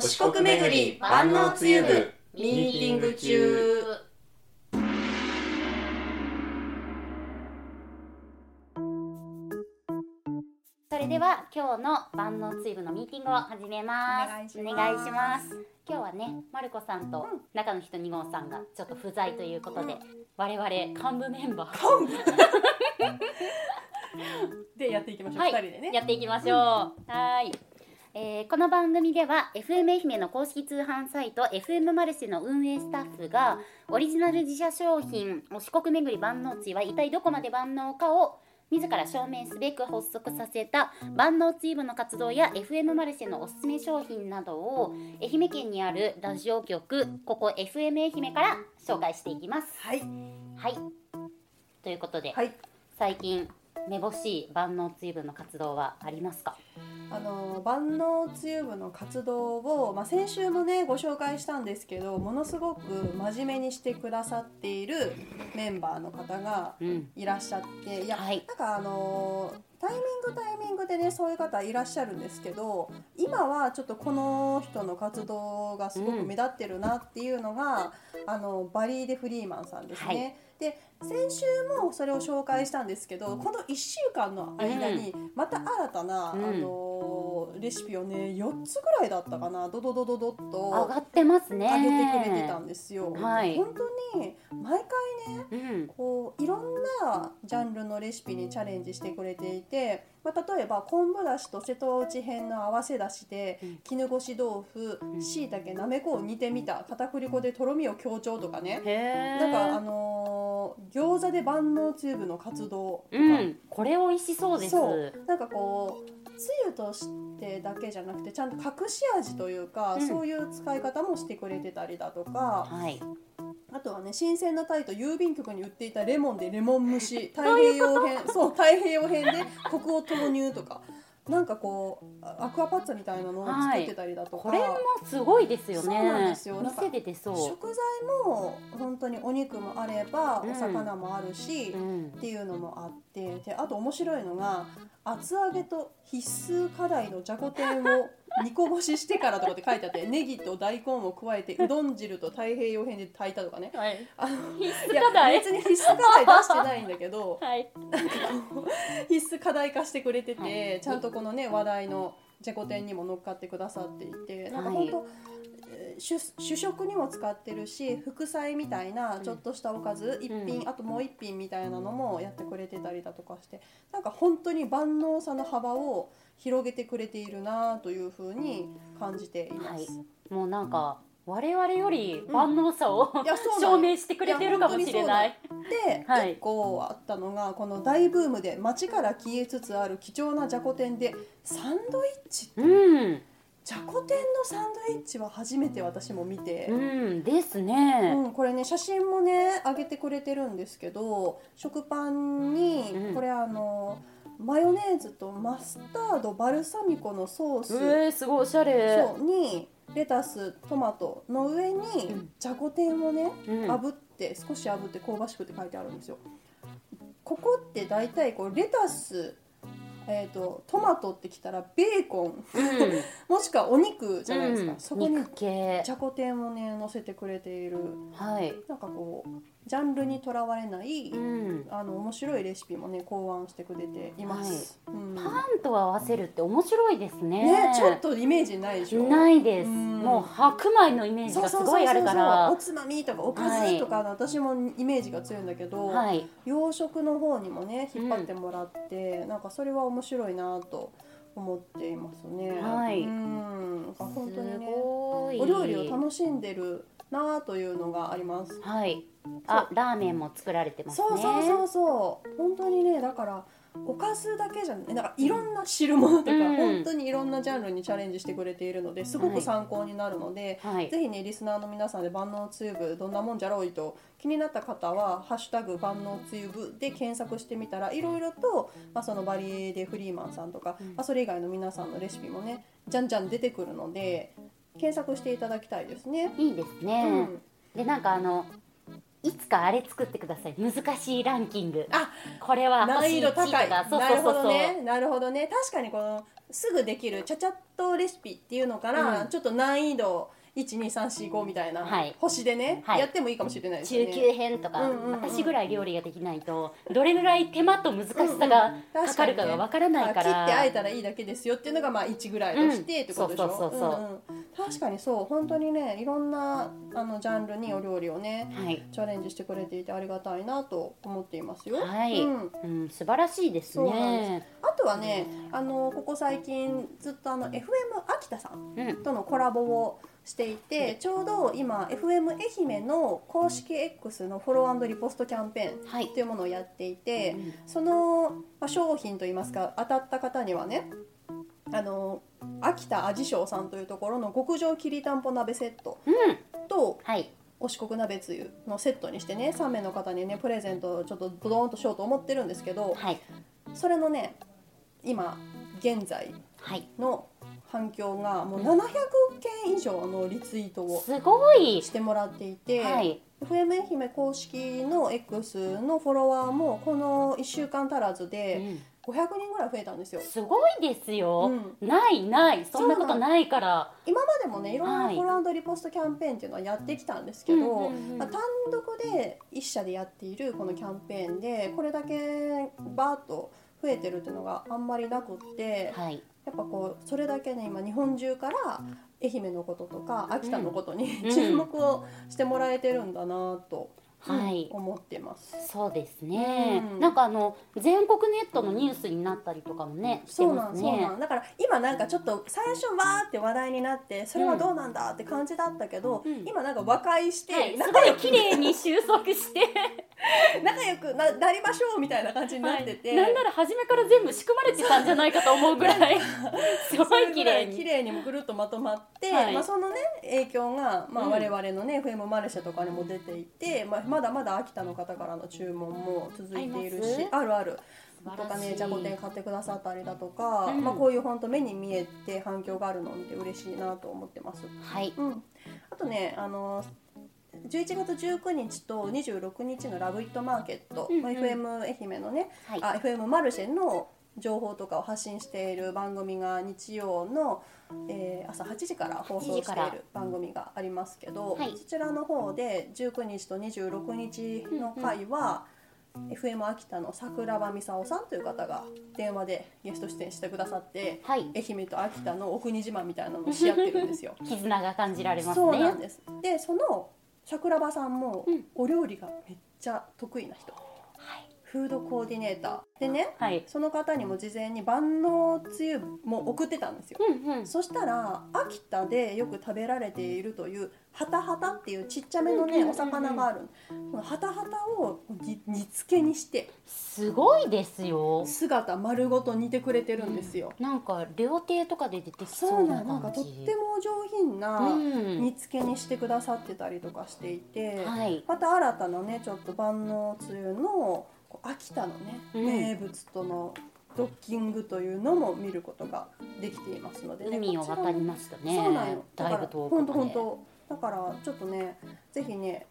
四国巡り万能つゆ部ミーティング中。 それでは今日の万能つゆ部のミーティングを始めます。お願いします。今日はね、まるこさんと中の人2号さんがちょっと不在ということで、我々幹部メンバーでやっていきましょう、 はい、 2人でねやっていきましょう。はい、この番組では FM 愛媛の公式通販サイト FM マルシェの運営スタッフがオリジナル自社商品四国巡り万能つゆは一体どこまで万能かを自ら証明すべく発足させた万能つゆ部の活動や FM マルシェのおすすめ商品などを愛媛県にあるラジオ局ここ FM 愛媛から紹介していきます。 はい、 はい、ということで、 はい、 最近めぼしい万能つゆ部の活動はありますか？ 万能つゆ部の活動を、先週もねご紹介したんですけど、ものすごく真面目にしてくださっているメンバーの方がいらっしゃって、 はい、 なんかタイミングでねそういう方いらっしゃるんですけど、今はちょっとこの人の活動がすごく目立ってるなっていうのが、バリー・デ・フリーマンさんですね。はい、で先週もそれを紹介したんですけど、この1週間の間にまた新たな、レシピをね4つぐらいだったかな、ドドっと上がってますね。 上げてくれてたんですよ。 はい、 本当に毎回ね、こういろんなジャンルのレシピにチャレンジしてくれていて、例えば昆布だしと瀬戸内編の合わせだしで、絹ごし豆腐、しいたけ、なめこを煮てみた、片栗粉でとろみを強調とかね、なんか餃子で万能つゆ部の活動とか、 これ美味しそうです。 そうなんかこうつゆとしてだけじゃなくてちゃんと隠し味というか、そういう使い方もしてくれてたりだとか、 はい、 あとはね、新鮮なタイと郵便局に売っていたレモンでレモン蒸し、太平洋編でコクを投入とか、なんかこうアクアパッツァみたいなのを作ってたりだとか、 これもすごいですよね。 そうなんですよ。 店で出そう。 食材も本当にお肉もあれば、お魚もあるし、っていうのもあって、であと面白いのが厚揚げと必須課題のじゃこ天を煮こぼししてからとかって書いてあって、ネギと大根を加えてうどん汁と太平洋編で炊いたとかね、 はい、 必須課題、別に必須課題出してないんだけど、 はい、 なんかこう必須課題化してくれてて、はい、ちゃんとこのね話題のじゃこ天にも乗っかってくださっていて、なんか本当、主食にも使ってるし、副菜みたいなちょっとしたおかず、一品、あともう一品みたいなのもやってくれてたりだとかして、なんか本当に万能さの幅を広げてくれているなというふうに感じています。 はい、もうなんか我々より万能さを、証明してくれてるかもしれない。 で、1個あったのがこの大ブームで街から消えつつある貴重なじゃこ天でサンドイッチって、じゃこ天のサンドイッチは初めて私も見て、 ですね、 これね写真もね上げてくれてるんですけど、食パンにこれマヨネーズとマスタード、バルサミコのソース、 すごいおしゃれ。 そうにレタス、トマトの上にじゃこ天をね、少し炙って香ばしくって書いてあるんですよ。ここって大体こうレタス、トマトってきたらベーコン、もしくはお肉じゃないですか、そこにじゃこ天をね乗せてくれている、なんかこうジャンルにとらわれない、面白いレシピもね考案してくれています。 パンと合わせるって面白いですね。 ちょっとイメージないでしょ。 ないです。もう白米のイメージがすごいあるから、 おつまみとかおかずとか、私もイメージが強いんだけど、洋食の方にもね引っ張ってもらって、なんかそれは面白いなと思っていますね。本当にねお料理を楽しんでるなというのがあります。 ラーメンも作られてますね。 そう本当にね、だからおかずだけじゃない、なんかいろんな汁物とか、本当にいろんなジャンルにチャレンジしてくれているので、すごく参考になるので、ぜひねリスナーの皆さんで万能つゆ部どんなもんじゃろうと気になった方はハッシュタグ万能つゆ部で検索してみたら、いろいろと、そのバリエでフリーマンさんとか、それ以外の皆さんのレシピもねじゃんじゃん出てくるので、検索していただきたいですね。 いいですね。でなんかいつかあれ作ってください、難しいランキング。これは難易度高い。 なるほどね。確かにこのすぐできるチャチャッとレシピっていうのからちょっと難易度12345みたいな星でねやってもいいかもしれないですよね。 中級編とか、私ぐらい料理ができないとどれぐらい手間と難しさがかかるかがわからないから、 切ってあえたらいいだけですよっていうのがまあ1ぐらいとしてってことでしょ。確かにそう、本当にねいろんなジャンルにお料理をね、チャレンジしてくれていてありがたいなと思っていますよ。 素晴らしいですね。 あとはねここ最近ずっとFM 秋田さんとのコラボをしていて、ちょうど今 FM 愛媛の公式 X のフォロー&リポストキャンペーンっていうものをやっていて、その商品といいますか当たった方にはね秋田味賞さんというところの極上きりたんぽ鍋セットと、お四国鍋つゆのセットにしてね3名の方にねプレゼントをちょっとドドーンとしようと思ってるんですけど、それのね今現在の反響がもう700件以上のリツイートをしてもらっていて、FM 愛媛公式の X のフォロワーもこの1週間足らずで500人ぐらい増えたんですよ。 すごいですよ、ないそんなことないから。 今までもねいろんなフォロー&リポストキャンペーンっていうのはやってきたんですけど、単独で1社でやっているこのキャンペーンでこれだけバーッと増えてるっていうのがあんまりなくって、やっぱこうそれだけね今日本中から愛媛のこととか秋田のことに注目をしてもらえてるんだなと思ってます。 そうですね、なんか全国ネットのニュースになったりとかもねしてますね。 だから今なんかちょっと最初わーって話題になってそれはどうなんだって感じだったけど、今なんか和解して、 すごい綺麗に収束して仲良く なりましょうみたいな感じになってて、 なんなら初めから全部仕組まれてたんじゃないかと思うぐらいすごい綺麗にもぐるっとまとまって、そのね影響が、我々のね FM マルシェとかにも出ていて、まだまだ秋田の方からの注文も続いているし、あるとかね、じゃこ天買ってくださったりだとか、こういう本当目に見えて反響があるのを見て嬉しいなと思ってます。あとね11月19日と26日のラブイットマーケット、FM 愛媛のね、FM マルシェの情報とかを発信している番組が日曜の、朝8時から放送している番組がありますけど、そちらの方で19日と26日の回は、FM 秋田の桜庭美沙夫さんという方が電話でゲスト出演してくださって、愛媛と秋田のお国自慢みたいなのをし合ってるんですよ。 絆が感じられますね。 そうなんです。でその桜庭さんもお料理がめっちゃ得意な人、フードコーディネーターでね、その方にも事前に万能つゆも送ってたんですよ。そしたら秋田でよく食べられているというハタハタっていうちっちゃめのねお魚がある。このハタハタを煮付けにしてすごいですよ。 姿丸ごと煮てくれてるんですよ。 なんか料亭とかで出てきそうな感じ。 なんかとってもお上品な煮付けにしてくださってたりとかしていて、また新たなねちょっと万能つゆの秋田のね、名物とのドッキングというのも見ることができていますのでね。 海を渡りましたね。 そうなんよ。 だいぶ遠くまで。 本当だからちょっとねぜひね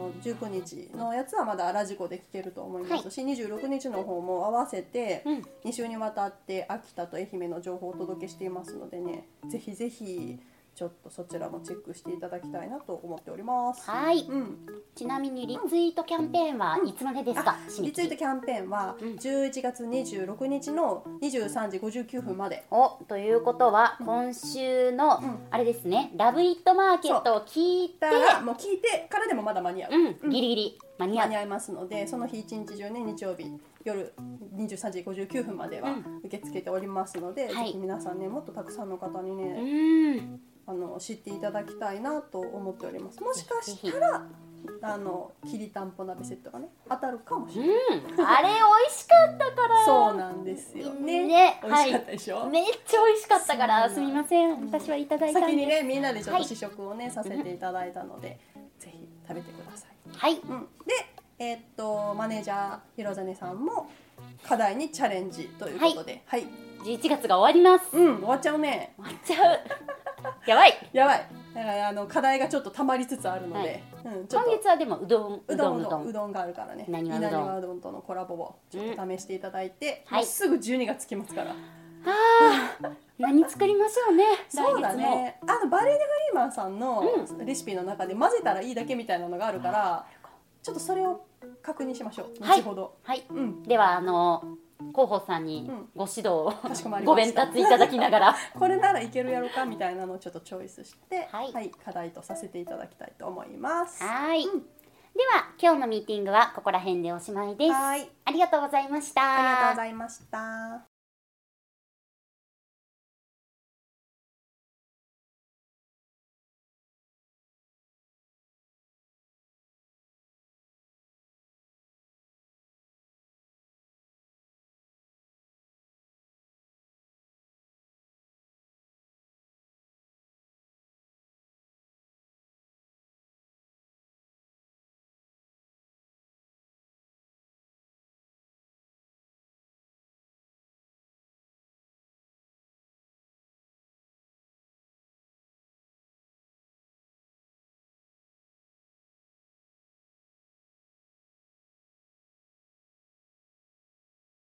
19日のやつはまだラジコで聞けると思いますし、26日の方も合わせて2週にわたって秋田と愛媛の情報をお届けしていますのでね、ぜひぜひちょっとそちらもチェックしていただきたいなと思っております。 ちなみにリツイートキャンペーンはいつまでですか？ リツイートキャンペーンは11月26日の23時59分まで。 ということは今週のあれですね、ラブイットマーケットを聞いてもう聞いてからでもまだ間に合う、 ギリギリ間に合いますので、その日一日中ね日曜日夜23時59分までは受け付けておりますので、ぜひ皆さんねもっとたくさんの方にね知っていただきたいなと思っております。もしかしたらきりたんぽ鍋セットがね当たるかもしれない、 あれ美味しかったからそうなんですよね。美味しかったでしょ、 めっちゃ美味しかったからすみません、私はいただいたんです。 先にねみんなでちょっと試食をねさせていただいたので、ぜひ食べてください。でマネージャー広実さんも課題にチャレンジということで、 11月が終わります。 終わっちゃうね。 終わっちゃうやばいだから課題がちょっと溜まりつつあるので、 今月はでもうどんがあるからね、 稲庭うどんとのコラボをちょっと試していただいて、もうすぐ12月来ますから。 何作りましょうね。 そうだ来月も。 ね。バレー・デ・フリーマンさんのレシピの中で混ぜたらいいだけみたいなのがあるから、ちょっとそれを確認しましょう。 はい後ほど。 はい。 うん。 では広報さんにご指導を、 かしこまりごました鞭達いただきながらこれならいけるやろかみたいなのをちょっとチョイスして、 はい課題とさせていただきたいと思います。 はい、 うんでは今日のミーティングはここら辺でおしまいです。 はい。 ありがとうございました。 ありがとうございました。